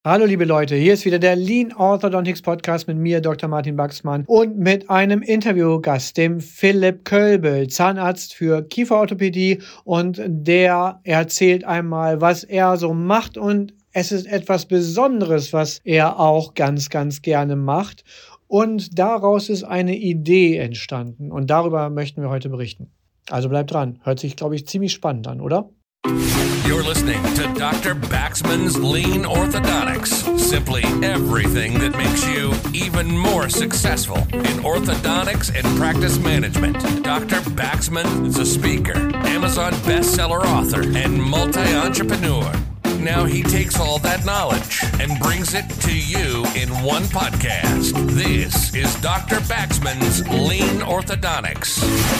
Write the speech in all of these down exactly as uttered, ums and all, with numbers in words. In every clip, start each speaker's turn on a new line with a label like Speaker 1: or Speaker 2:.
Speaker 1: Hallo liebe Leute, hier ist wieder der Lean Orthodontics Podcast mit mir, Doktor Martin Baxmann, und mit einem Interviewgast, dem Philipp Kölbel, Zahnarzt für Kieferorthopädie, und der erzählt einmal, was er so macht, und es ist etwas Besonderes, was er auch ganz, ganz gerne macht, und daraus ist eine Idee entstanden, und darüber möchten wir heute berichten. Also bleibt dran, hört sich, glaube ich, ziemlich spannend an, oder?
Speaker 2: You're listening to Doctor Baxman's Lean Orthodontics. Simply everything that makes you even more successful in orthodontics and practice management. Doctor Baxman is a speaker, Amazon bestseller author, and multi-entrepreneur. Now he takes all that knowledge and brings it to you in one podcast. This is Doctor Baxman's Lean Orthodontics.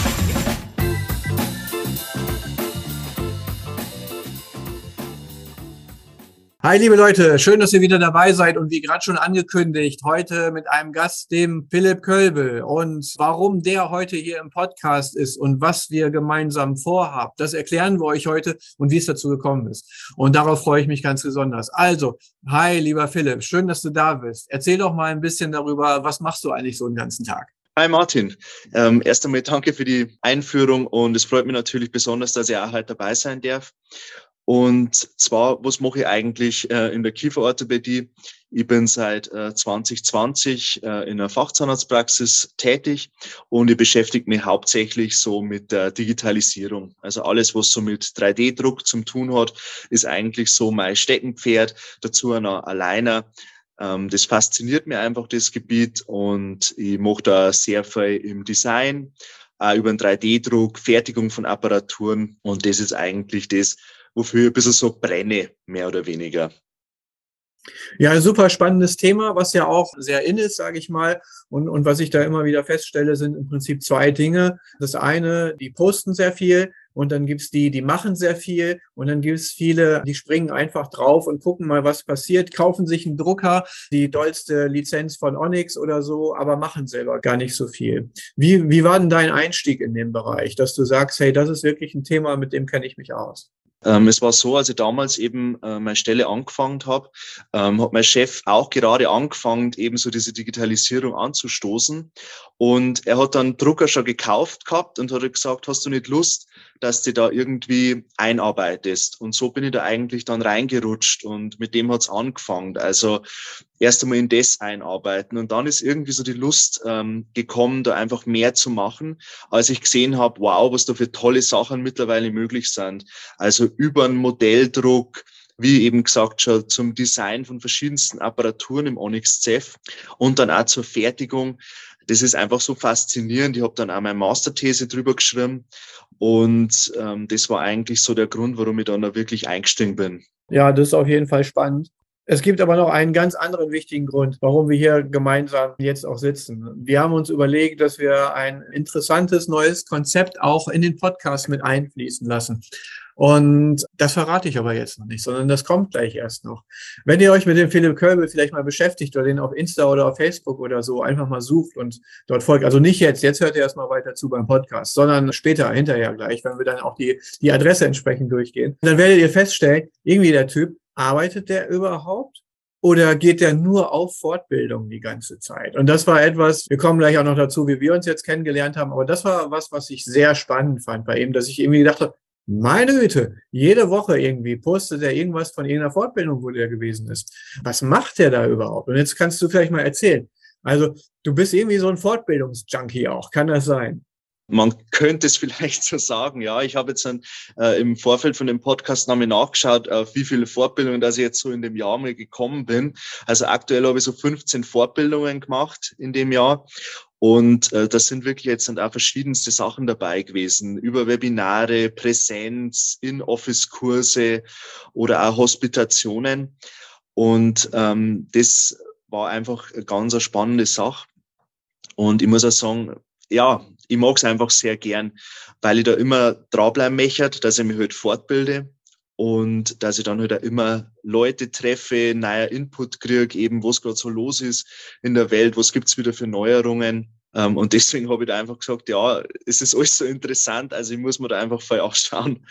Speaker 1: Hi liebe Leute, schön, dass ihr wieder dabei seid, und wie gerade schon angekündigt, heute mit einem Gast, dem Philipp Kölbel. Und warum der heute hier im Podcast ist und was wir gemeinsam vorhaben, das erklären wir euch heute und wie es dazu gekommen ist. Und darauf freue ich mich ganz besonders. Also, hi lieber Philipp, schön, dass du da bist. Erzähl doch mal ein bisschen darüber, was machst du eigentlich so den ganzen Tag?
Speaker 3: Hi Martin, ähm, erst einmal danke für die Einführung, und es freut mich natürlich besonders, dass ich auch heute dabei sein darf. Und zwar, was mache ich eigentlich äh, in der Kieferorthopädie? Ich bin seit äh, zwanzig zwanzig äh, in einer Fachzahnarztpraxis tätig, und ich beschäftige mich hauptsächlich so mit der Digitalisierung. Also alles, was so mit drei D Druck zu tun hat, ist eigentlich so mein Steckenpferd. Dazu noch alleine. Ähm, das fasziniert mich einfach, das Gebiet, und ich mache da sehr viel im Design, auch über den drei D Druck, Fertigung von Apparaturen, und das ist eigentlich das, wofür ich ein bisschen so brenne, mehr oder weniger.
Speaker 1: Ja, super spannendes Thema, was ja auch sehr in ist, sage ich mal. Und, und was ich da immer wieder feststelle, sind im Prinzip zwei Dinge. Das eine, die posten sehr viel, und dann gibt's die, die machen sehr viel, und dann gibt's viele, die springen einfach drauf und gucken mal, was passiert, kaufen sich einen Drucker, die dollste Lizenz von Onyx oder so, aber machen selber gar nicht so viel. Wie, wie war denn dein Einstieg in den Bereich, dass du sagst, hey, das ist wirklich ein Thema, mit dem kenne ich mich aus?
Speaker 3: Ähm, es war so, als ich damals eben äh, meine Stelle angefangen habe, ähm, hat mein Chef auch gerade angefangen, eben so diese Digitalisierung anzustoßen. Und er hat dann Drucker schon gekauft gehabt und hat gesagt, hast du nicht Lust, dass du da irgendwie einarbeitest? Und so bin ich da eigentlich dann reingerutscht, und mit dem hat's angefangen. Also erst einmal in das einarbeiten, und dann ist irgendwie so die Lust ähm, gekommen, da einfach mehr zu machen, als ich gesehen habe, wow, was da für tolle Sachen mittlerweile möglich sind. Also über einen Modelldruck, wie eben gesagt schon, zum Design von verschiedensten Apparaturen im Onyx Z E F und dann auch zur Fertigung. Das ist einfach so faszinierend. Ich habe dann auch meine Masterthese drüber geschrieben, und ähm, das war eigentlich so der Grund, warum ich dann da wirklich eingestiegen bin.
Speaker 1: Ja, das ist auf jeden Fall spannend. Es gibt aber noch einen ganz anderen wichtigen Grund, warum wir hier gemeinsam jetzt auch sitzen. Wir haben uns überlegt, dass wir ein interessantes neues Konzept auch in den Podcast mit einfließen lassen. Und das verrate ich aber jetzt noch nicht, sondern das kommt gleich erst noch. Wenn ihr euch mit dem Philipp Kölbel vielleicht mal beschäftigt oder den auf Insta oder auf Facebook oder so einfach mal sucht und dort folgt, also nicht jetzt, jetzt hört ihr erstmal weiter zu beim Podcast, sondern später, hinterher gleich, wenn wir dann auch die, die Adresse entsprechend durchgehen, dann werdet ihr feststellen, irgendwie der Typ, arbeitet der überhaupt? Oder geht der nur auf Fortbildung die ganze Zeit? Und das war etwas, wir kommen gleich auch noch dazu, wie wir uns jetzt kennengelernt haben, aber das war was, was ich sehr spannend fand bei ihm, dass ich irgendwie gedacht habe, meine Güte, jede Woche irgendwie postet er irgendwas von irgendeiner Fortbildung, wo der gewesen ist. Was macht der da überhaupt? Und jetzt kannst du vielleicht mal erzählen. Also, du bist irgendwie so ein Fortbildungsjunkie auch, kann das sein?
Speaker 3: Man könnte es vielleicht so sagen, ja. Ich habe jetzt dann, äh, im Vorfeld von dem Podcast nochmal nachgeschaut, auf wie viele Fortbildungen, dass ich jetzt so in dem Jahr mal gekommen bin. Also aktuell habe ich so fünfzehn Fortbildungen gemacht in dem Jahr. Und äh, das sind wirklich jetzt dann auch verschiedenste Sachen dabei gewesen, über Webinare, Präsenz, In-Office-Kurse oder auch Hospitationen. Und ähm, das war einfach eine ganz spannende Sache. Und ich muss auch sagen, ja, ich mag es einfach sehr gern, weil ich da immer dranbleiben möchte, dass ich mich halt fortbilde und dass ich dann halt auch immer Leute treffe, neuer Input kriege, eben was gerade so los ist in der Welt, was gibt's wieder für Neuerungen. Und deswegen habe ich da einfach gesagt, ja, es ist alles so interessant, also ich muss mir da einfach voll ausschauen.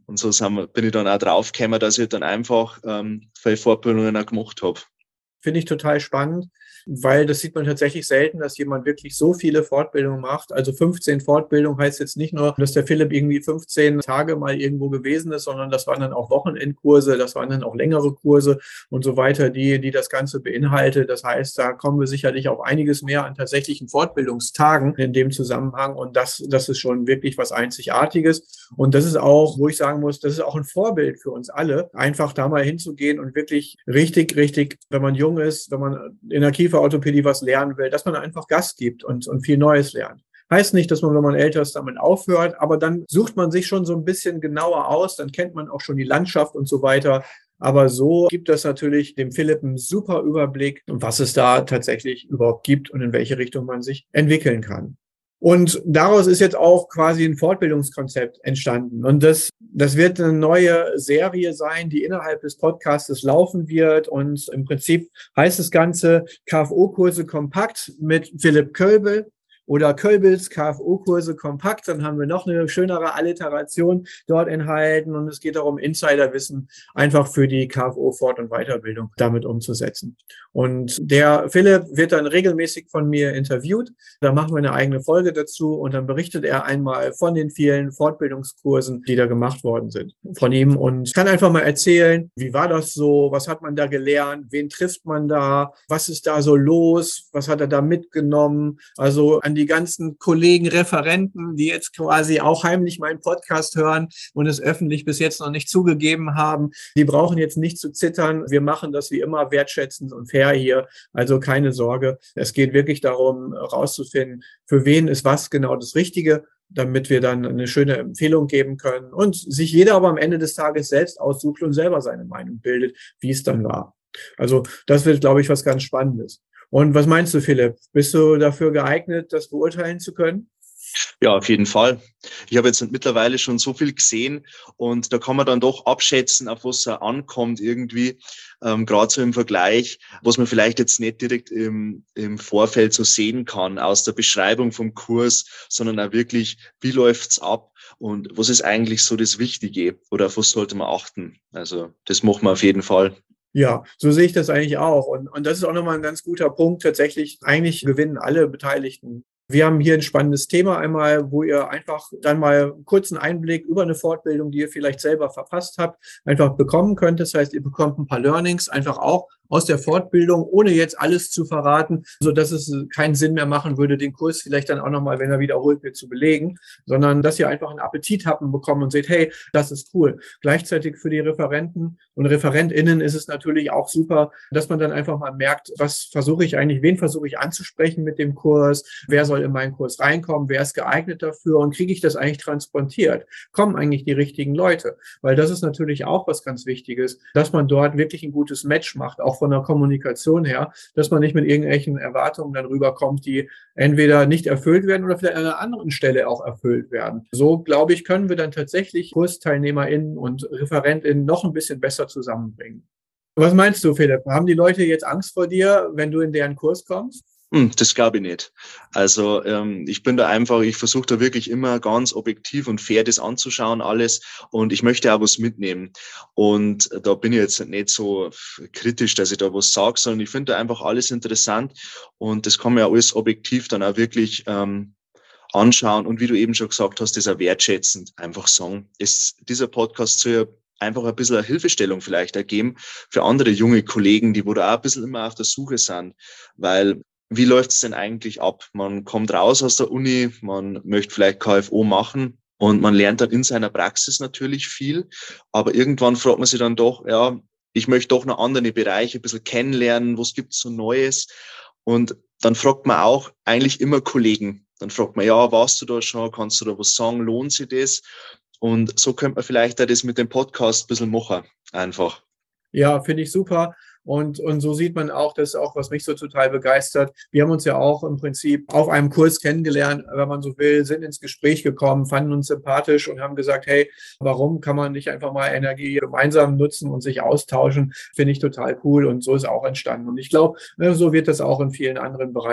Speaker 3: Und so sind wir, bin ich dann auch draufgekommen, dass ich dann einfach ähm, viele Fortbildungen auch gemacht habe.
Speaker 1: Finde ich total spannend, weil das sieht man tatsächlich selten, dass jemand wirklich so viele Fortbildungen macht. Also fünfzehn Fortbildungen heißt jetzt nicht nur, dass der Philipp irgendwie fünfzehn Tage mal irgendwo gewesen ist, sondern das waren dann auch Wochenendkurse, das waren dann auch längere Kurse und so weiter, die, die das Ganze beinhaltet. Das heißt, da kommen wir sicherlich auf einiges mehr an tatsächlichen Fortbildungstagen in dem Zusammenhang. Und das, das ist schon wirklich was Einzigartiges. Und das ist auch, wo ich sagen muss, das ist auch ein Vorbild für uns alle, einfach da mal hinzugehen und wirklich richtig, richtig, wenn man jung ist, wenn man in der Kieferorthopädie was lernen will, dass man einfach Gas gibt und, und viel Neues lernt. Heißt nicht, dass man, wenn man älter ist, damit aufhört, aber dann sucht man sich schon so ein bisschen genauer aus, dann kennt man auch schon die Landschaft und so weiter. Aber so gibt das natürlich dem Philipp einen super Überblick, was es da tatsächlich überhaupt gibt und in welche Richtung man sich entwickeln kann. Und daraus ist jetzt auch quasi ein Fortbildungskonzept entstanden. Und das, das wird eine neue Serie sein, die innerhalb des Podcastes laufen wird. Und im Prinzip heißt das Ganze K F O-Kurse kompakt mit Philipp Kölbel oder Kölbels K F O-Kurse kompakt. Dann haben wir noch eine schönere Alliteration dort enthalten. Und es geht darum, Insiderwissen einfach für die K F O-Fort- und Weiterbildung damit umzusetzen. Und der Philipp wird dann regelmäßig von mir interviewt. Da machen wir eine eigene Folge dazu und dann berichtet er einmal von den vielen Fortbildungskursen, die da gemacht worden sind von ihm und kann einfach mal erzählen, wie war das so, was hat man da gelernt, wen trifft man da, was ist da so los, was hat er da mitgenommen. Also an die ganzen Kollegen, Referenten, die jetzt quasi auch heimlich meinen Podcast hören und es öffentlich bis jetzt noch nicht zugegeben haben, die brauchen jetzt nicht zu zittern. Wir machen das wie immer wertschätzend und fair hier. Also keine Sorge. Es geht wirklich darum, herauszufinden, für wen ist was genau das Richtige, damit wir dann eine schöne Empfehlung geben können und sich jeder aber am Ende des Tages selbst aussucht und selber seine Meinung bildet, wie es dann war. Also das wird, glaube ich, was ganz Spannendes. Und was meinst du, Philipp? Bist du dafür geeignet, das beurteilen zu können?
Speaker 3: Ja, auf jeden Fall. Ich habe jetzt mittlerweile schon so viel gesehen und da kann man dann doch abschätzen, auf was er ankommt irgendwie, ähm, gerade so im Vergleich, was man vielleicht jetzt nicht direkt im, im Vorfeld so sehen kann aus der Beschreibung vom Kurs, sondern auch wirklich, wie läuft's ab und was ist eigentlich so das Wichtige oder auf was sollte man achten. Also das machen wir auf jeden Fall.
Speaker 1: Ja, so sehe ich das eigentlich auch. Und, und das ist auch nochmal ein ganz guter Punkt. Tatsächlich, eigentlich gewinnen alle Beteiligten. Wir haben hier ein spannendes Thema einmal, wo ihr einfach dann mal einen kurzen Einblick über eine Fortbildung, die ihr vielleicht selber verpasst habt, einfach bekommen könnt. Das heißt, ihr bekommt ein paar Learnings einfach auch aus der Fortbildung, ohne jetzt alles zu verraten, so dass es keinen Sinn mehr machen würde, den Kurs vielleicht dann auch nochmal, wenn er wiederholt wird, zu belegen, sondern dass ihr einfach einen Appetit habt und bekommt und seht, hey, das ist cool. Gleichzeitig für die Referenten und ReferentInnen ist es natürlich auch super, dass man dann einfach mal merkt, was versuche ich eigentlich, wen versuche ich anzusprechen mit dem Kurs, wer soll in meinen Kurs reinkommen, wer ist geeignet dafür und kriege ich das eigentlich transportiert? Kommen eigentlich die richtigen Leute? Weil das ist natürlich auch was ganz Wichtiges, dass man dort wirklich ein gutes Match macht, auch von der Kommunikation her, dass man nicht mit irgendwelchen Erwartungen dann rüberkommt, die entweder nicht erfüllt werden oder vielleicht an einer anderen Stelle auch erfüllt werden. So, glaube ich, können wir dann tatsächlich KursteilnehmerInnen und ReferentInnen noch ein bisschen besser zusammenbringen. Was meinst du, Philipp? Haben die Leute jetzt Angst vor dir, wenn du in deren Kurs kommst?
Speaker 3: Das glaube ich nicht. Also ähm, ich bin da einfach, ich versuche da wirklich immer ganz objektiv und fair das anzuschauen alles und ich möchte auch was mitnehmen. Und da bin ich jetzt nicht so kritisch, dass ich da was sage, sondern ich finde da einfach alles interessant und das kann man ja alles objektiv dann auch wirklich ähm, anschauen und wie du eben schon gesagt hast, das auch wertschätzend einfach sagen. Ist, dieser Podcast soll ja einfach ein bisschen eine Hilfestellung vielleicht ergeben für andere junge Kollegen, die wo da auch ein bisschen immer auf der Suche sind, weil wie läuft es denn eigentlich ab? Man kommt raus aus der Uni, man möchte vielleicht K F O machen und man lernt dann in seiner Praxis natürlich viel, aber irgendwann fragt man sich dann doch, ja, ich möchte doch noch andere Bereiche ein bisschen kennenlernen, was gibt's so Neues? Und dann fragt man auch eigentlich immer Kollegen. Dann fragt man, ja, warst du da schon, kannst du da was sagen, lohnt sich das? Und so könnte man vielleicht auch das mit dem Podcast ein bisschen machen, einfach.
Speaker 1: Ja, finde ich super. Und, und so sieht man auch, das ist auch, was mich so total begeistert. Wir haben uns ja auch im Prinzip auf einem Kurs kennengelernt, wenn man so will, sind ins Gespräch gekommen, fanden uns sympathisch und haben gesagt, hey, warum kann man nicht einfach mal Energie gemeinsam nutzen und sich austauschen? Finde ich total cool und so ist auch entstanden. Und ich glaube, so wird das auch in vielen anderen Bereichen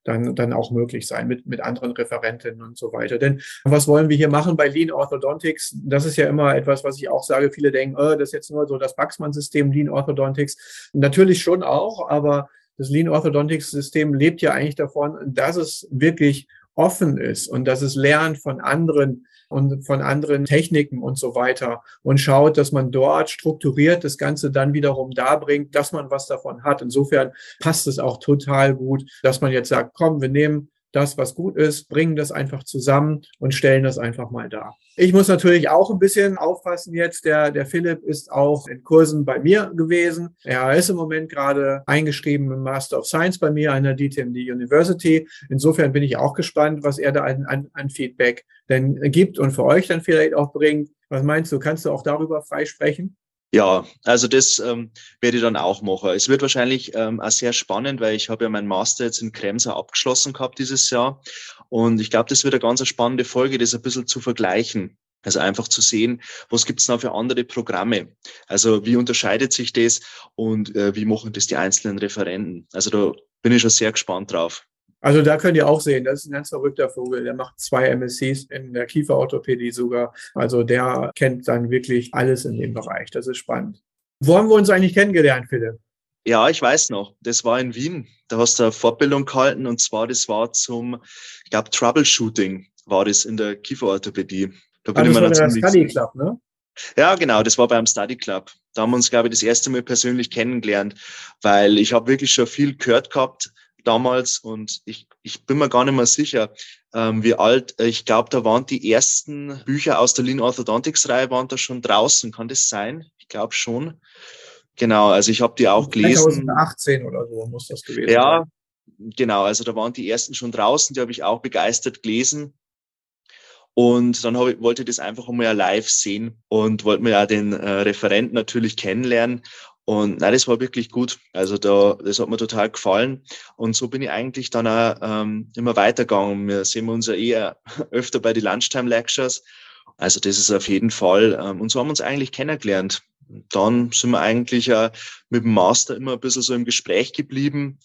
Speaker 1: dann, dann auch möglich sein mit, mit anderen Referentinnen und so weiter. Denn was wollen wir hier machen bei Lean Orthodontics? Das ist ja immer etwas, was ich auch sage. Viele denken, oh, das ist jetzt nur so das Baxman-System Lean Orthodontics. Natürlich schon auch, aber das Lean Orthodontics System lebt ja eigentlich davon, dass es wirklich offen ist und dass es lernt von anderen und von anderen Techniken und so weiter und schaut, dass man dort strukturiert das Ganze dann wiederum darbringt, dass man was davon hat. Insofern passt es auch total gut, dass man jetzt sagt, komm, wir nehmen das, was gut ist, bringen das einfach zusammen und stellen das einfach mal dar. Ich muss natürlich auch ein bisschen aufpassen jetzt. Der, der Philipp ist auch in Kursen bei mir gewesen. Er ist im Moment gerade eingeschrieben im Master of Science bei mir an der D T M D University. Insofern bin ich auch gespannt, was er da an, an, an Feedback denn gibt und für euch dann vielleicht auch bringt. Was meinst du? Kannst du auch darüber frei sprechen?
Speaker 3: Ja, also das ähm, werde ich dann auch machen. Es wird wahrscheinlich ähm, auch sehr spannend, weil ich habe ja meinen Master jetzt in Kremser abgeschlossen gehabt dieses Jahr. Und ich glaube, das wird eine ganz spannende Folge, das ein bisschen zu vergleichen. Also einfach zu sehen, was gibt's da für andere Programme? Also wie unterscheidet sich das und äh, wie machen das die einzelnen Referenten? Also da bin ich schon sehr gespannt drauf.
Speaker 1: Also da könnt ihr auch sehen, das ist ein ganz verrückter Vogel. Der macht zwei M S Cs in der Kieferorthopädie sogar. Also der kennt dann wirklich alles in dem Bereich. Das ist spannend. Wo haben wir uns eigentlich kennengelernt, Philipp?
Speaker 3: Ja, ich weiß noch. Das war in Wien. Da hast du eine Fortbildung gehalten und zwar, das war zum, ich glaube, Troubleshooting war das in der Kieferorthopädie. Da bin
Speaker 1: ah,
Speaker 3: ich
Speaker 1: das
Speaker 3: mir
Speaker 1: war der
Speaker 3: ziemlich
Speaker 1: Study Club, ne?
Speaker 3: Ja, genau, das war beim Study Club. Da haben wir uns, glaube ich, das erste Mal persönlich kennengelernt, weil ich habe wirklich schon viel gehört gehabt damals und ich, ich bin mir gar nicht mehr sicher, ähm, wie alt. Ich glaube, da waren die ersten Bücher aus der Lean Orthodontics Reihe waren da schon draußen. Kann das sein? Ich glaube schon. Genau, also ich habe die auch gelesen.
Speaker 1: zweitausendachtzehn oder so muss das gewesen sein.
Speaker 3: Ja, genau, also da waren die ersten schon draußen, die habe ich auch begeistert gelesen. Und dann habe ich, wollte ich das einfach einmal live sehen und wollte mir ja den äh, Referenten natürlich kennenlernen. Und nein, das war wirklich gut. Also da, das hat mir total gefallen. Und so bin ich eigentlich dann auch ähm, immer weitergegangen. Wir sehen uns ja eher öfter bei den Lunchtime Lectures. Also das ist auf jeden Fall. Ähm, und so haben wir uns eigentlich kennengelernt. Dann sind wir eigentlich äh, mit dem Master immer ein bisschen so im Gespräch geblieben.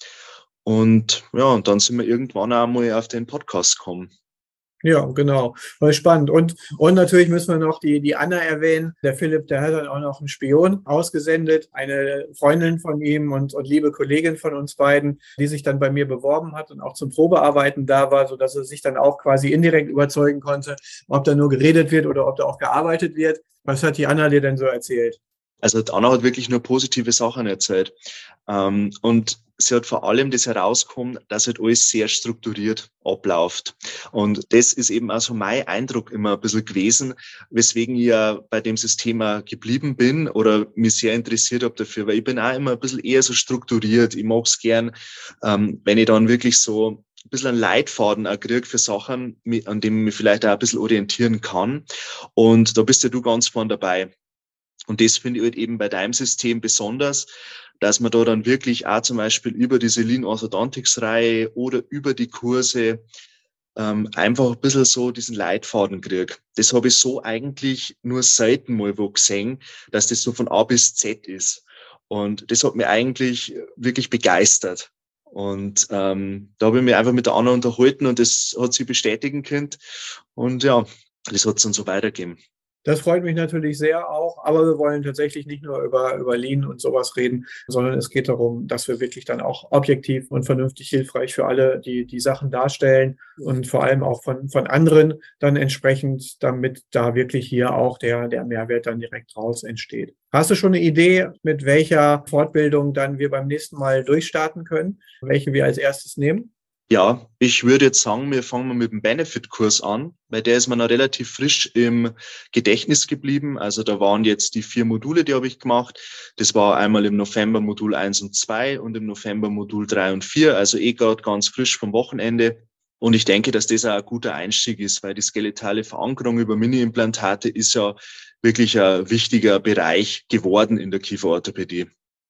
Speaker 3: Und ja, und dann sind wir irgendwann auch mal auf den Podcast gekommen.
Speaker 1: Ja, genau. Voll spannend. Und, und natürlich müssen wir noch die, die Anna erwähnen. Der Philipp, der hat dann auch noch einen Spion ausgesendet, eine Freundin von ihm und, und liebe Kollegin von uns beiden, die sich dann bei mir beworben hat und auch zum Probearbeiten da war, sodass er sich dann auch quasi indirekt überzeugen konnte, ob da nur geredet wird oder ob da auch gearbeitet wird. Was hat die Anna dir denn so erzählt?
Speaker 3: Also Anna hat wirklich nur positive Sachen erzählt. Ähm, und sie hat vor allem das herausgekommen, dass halt alles sehr strukturiert abläuft. Und das ist eben auch so mein Eindruck immer ein bisschen gewesen, weswegen ich ja bei dem System auch geblieben bin oder mich sehr interessiert habe dafür, weil ich bin auch immer ein bisschen eher so strukturiert. Ich mag es gern, ähm, wenn ich dann wirklich so ein bisschen einen Leitfaden auch kriege für Sachen, an denen ich mich vielleicht auch ein bisschen orientieren kann. Und da bist ja du ganz vorne dabei. Und das finde ich halt eben bei deinem System besonders, dass man da dann wirklich auch zum Beispiel über diese Lean Orthodontics Reihe oder über die Kurse ähm, einfach ein bisschen so diesen Leitfaden kriegt. Das habe ich so eigentlich nur selten mal wo gesehen, dass das so von A bis Z ist. Und das hat mich eigentlich wirklich begeistert. Und ähm, da habe ich mich einfach mit der Anna unterhalten und das hat sie bestätigen können. Und ja, das hat es dann so weitergegeben.
Speaker 1: Das freut mich natürlich sehr auch, aber wir wollen tatsächlich nicht nur über, über Lean und sowas reden, sondern es geht darum, dass wir wirklich dann auch objektiv und vernünftig hilfreich für alle die, die Sachen darstellen und vor allem auch von, von anderen dann entsprechend, damit da wirklich hier auch der, der Mehrwert dann direkt raus entsteht. Hast du schon eine Idee, mit welcher Fortbildung dann wir beim nächsten Mal durchstarten können, welche wir als erstes nehmen?
Speaker 3: Ja, ich würde jetzt sagen, wir fangen mal mit dem Benefit-Kurs an, weil der ist mir noch relativ frisch im Gedächtnis geblieben. Also da waren jetzt die vier Module, die habe ich gemacht. Das war einmal im November Modul eins und zwei und im November Modul drei und vier, also eh gerade ganz frisch vom Wochenende. Und ich denke, dass das auch ein guter Einstieg ist, weil die skeletale Verankerung über Mini-Implantate ist ja wirklich ein wichtiger Bereich geworden in der Kieferorthopädie.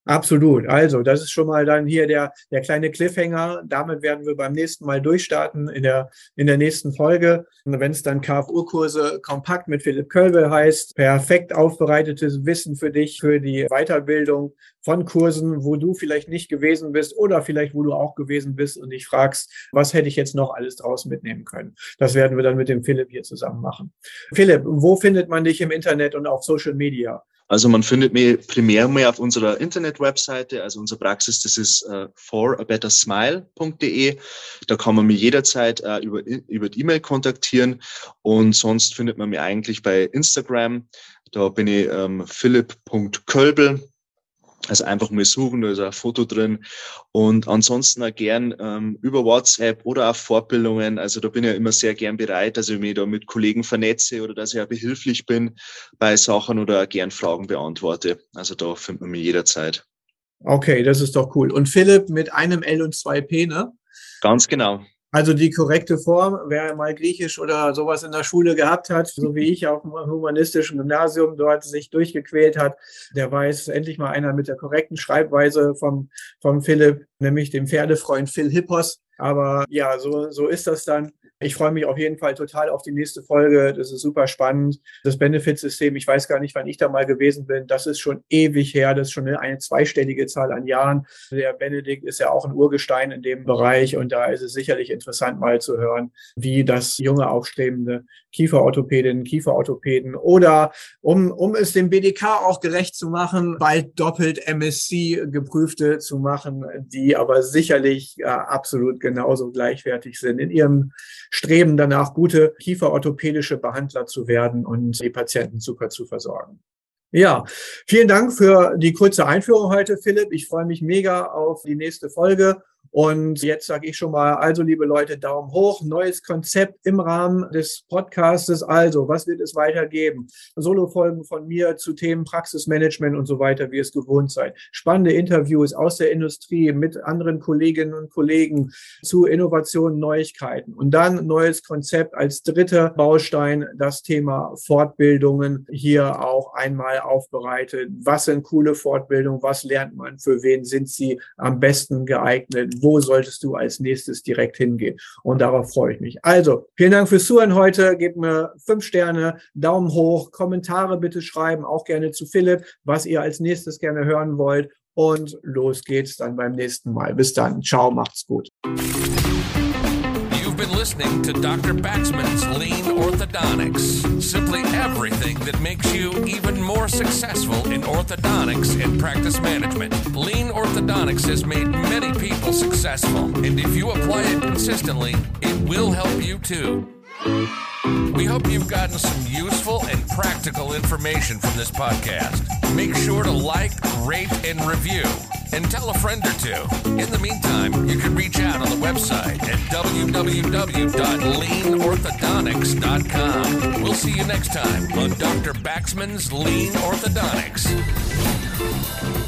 Speaker 1: Absolut. Also, das ist schon mal dann hier der, der kleine Cliffhanger. Damit werden wir beim nächsten Mal durchstarten in der, in der nächsten Folge. Wenn es dann K F U-Kurse kompakt mit Philipp Kölbel heißt, perfekt aufbereitetes Wissen für dich, für die Weiterbildung von Kursen, wo du vielleicht nicht gewesen bist oder vielleicht wo du auch gewesen bist und dich fragst, was hätte ich jetzt noch alles draus mitnehmen können. Das werden wir dann mit dem Philipp hier zusammen machen. Philipp, wo findet man dich im Internet und auf Social Media?
Speaker 3: Also man findet mich primär mal auf unserer Internet-Webseite, also unsere Praxis, das ist uh, for a better smile punkt de. Da kann man mich jederzeit uh, über, über die E-Mail kontaktieren und sonst findet man mich eigentlich bei Instagram. Da bin ich um, philipp punkt kölbel. Also einfach mal suchen, da ist ein Foto drin und ansonsten auch gern ähm, über WhatsApp oder auch Fortbildungen. Also da bin ich ja immer sehr gern bereit, dass ich mich da mit Kollegen vernetze oder dass ich auch behilflich bin bei Sachen oder auch gern Fragen beantworte. Also da findet man mich jederzeit.
Speaker 1: Okay, das ist doch cool. Und Philipp mit einem L und zwei P, ne?
Speaker 3: Ganz genau.
Speaker 1: Also die korrekte Form, wer mal Griechisch oder sowas in der Schule gehabt hat, so wie ich auf dem humanistischen Gymnasium dort sich durchgequält hat, der weiß endlich mal einer mit der korrekten Schreibweise vom, vom Philipp, nämlich dem Pferdefreund Phil Hippos. Aber ja, so, so ist das dann. Ich freue mich auf jeden Fall total auf die nächste Folge. Das ist super spannend. Das Benefitsystem, ich weiß gar nicht, wann ich da mal gewesen bin. Das ist schon ewig her. Das ist schon eine zweistellige Zahl an Jahren. Der Benedikt ist ja auch ein Urgestein in dem Bereich. Und da ist es sicherlich interessant mal zu hören, wie das junge, aufstrebende Kieferorthopädinnen, Kieferorthopäden oder, um, um es dem B D K auch gerecht zu machen, bald doppelt M S C-Geprüfte zu machen, die aber sicherlich äh, absolut genauso gleichwertig sind in ihrem Streben danach, gute kieferorthopädische Behandler zu werden und die Patienten super zu versorgen. Ja, vielen Dank für die kurze Einführung heute, Philipp. Ich freue mich mega auf die nächste Folge. Und jetzt sage ich schon mal, also liebe Leute, Daumen hoch, neues Konzept im Rahmen des Podcastes. Also, was wird es weitergeben? Solo-Folgen von mir zu Themen Praxismanagement und so weiter, wie es gewohnt seid. Spannende Interviews aus der Industrie mit anderen Kolleginnen und Kollegen zu Innovationen, Neuigkeiten. Und dann neues Konzept als dritter Baustein, das Thema Fortbildungen hier auch einmal aufbereitet. Was sind coole Fortbildungen? Was lernt man? Für wen sind sie am besten geeignet? Wo solltest du als nächstes direkt hingehen? Und darauf freue ich mich. Also, vielen Dank fürs Zuhören heute. Gebt mir fünf Sterne, Daumen hoch, Kommentare bitte schreiben, auch gerne zu Philipp, was ihr als nächstes gerne hören wollt. Und los geht's dann beim nächsten Mal. Bis dann. Ciao, macht's gut.
Speaker 2: You've been listening to Doctor Baxman's Lean Orthodontics. Simply everything that makes you even more successful in orthodontics and practice management. Lean Orthodontics has made many people successful, and if you apply it consistently, it will help you too. We hope you've gotten some useful and practical information from this podcast. Make sure to like, rate, and review, and tell a friend or two. In the meantime, you can reach out on the website at w w w dot lean orthodontics dot com. We'll see you next time on Doctor Baxman's Lean Orthodontics.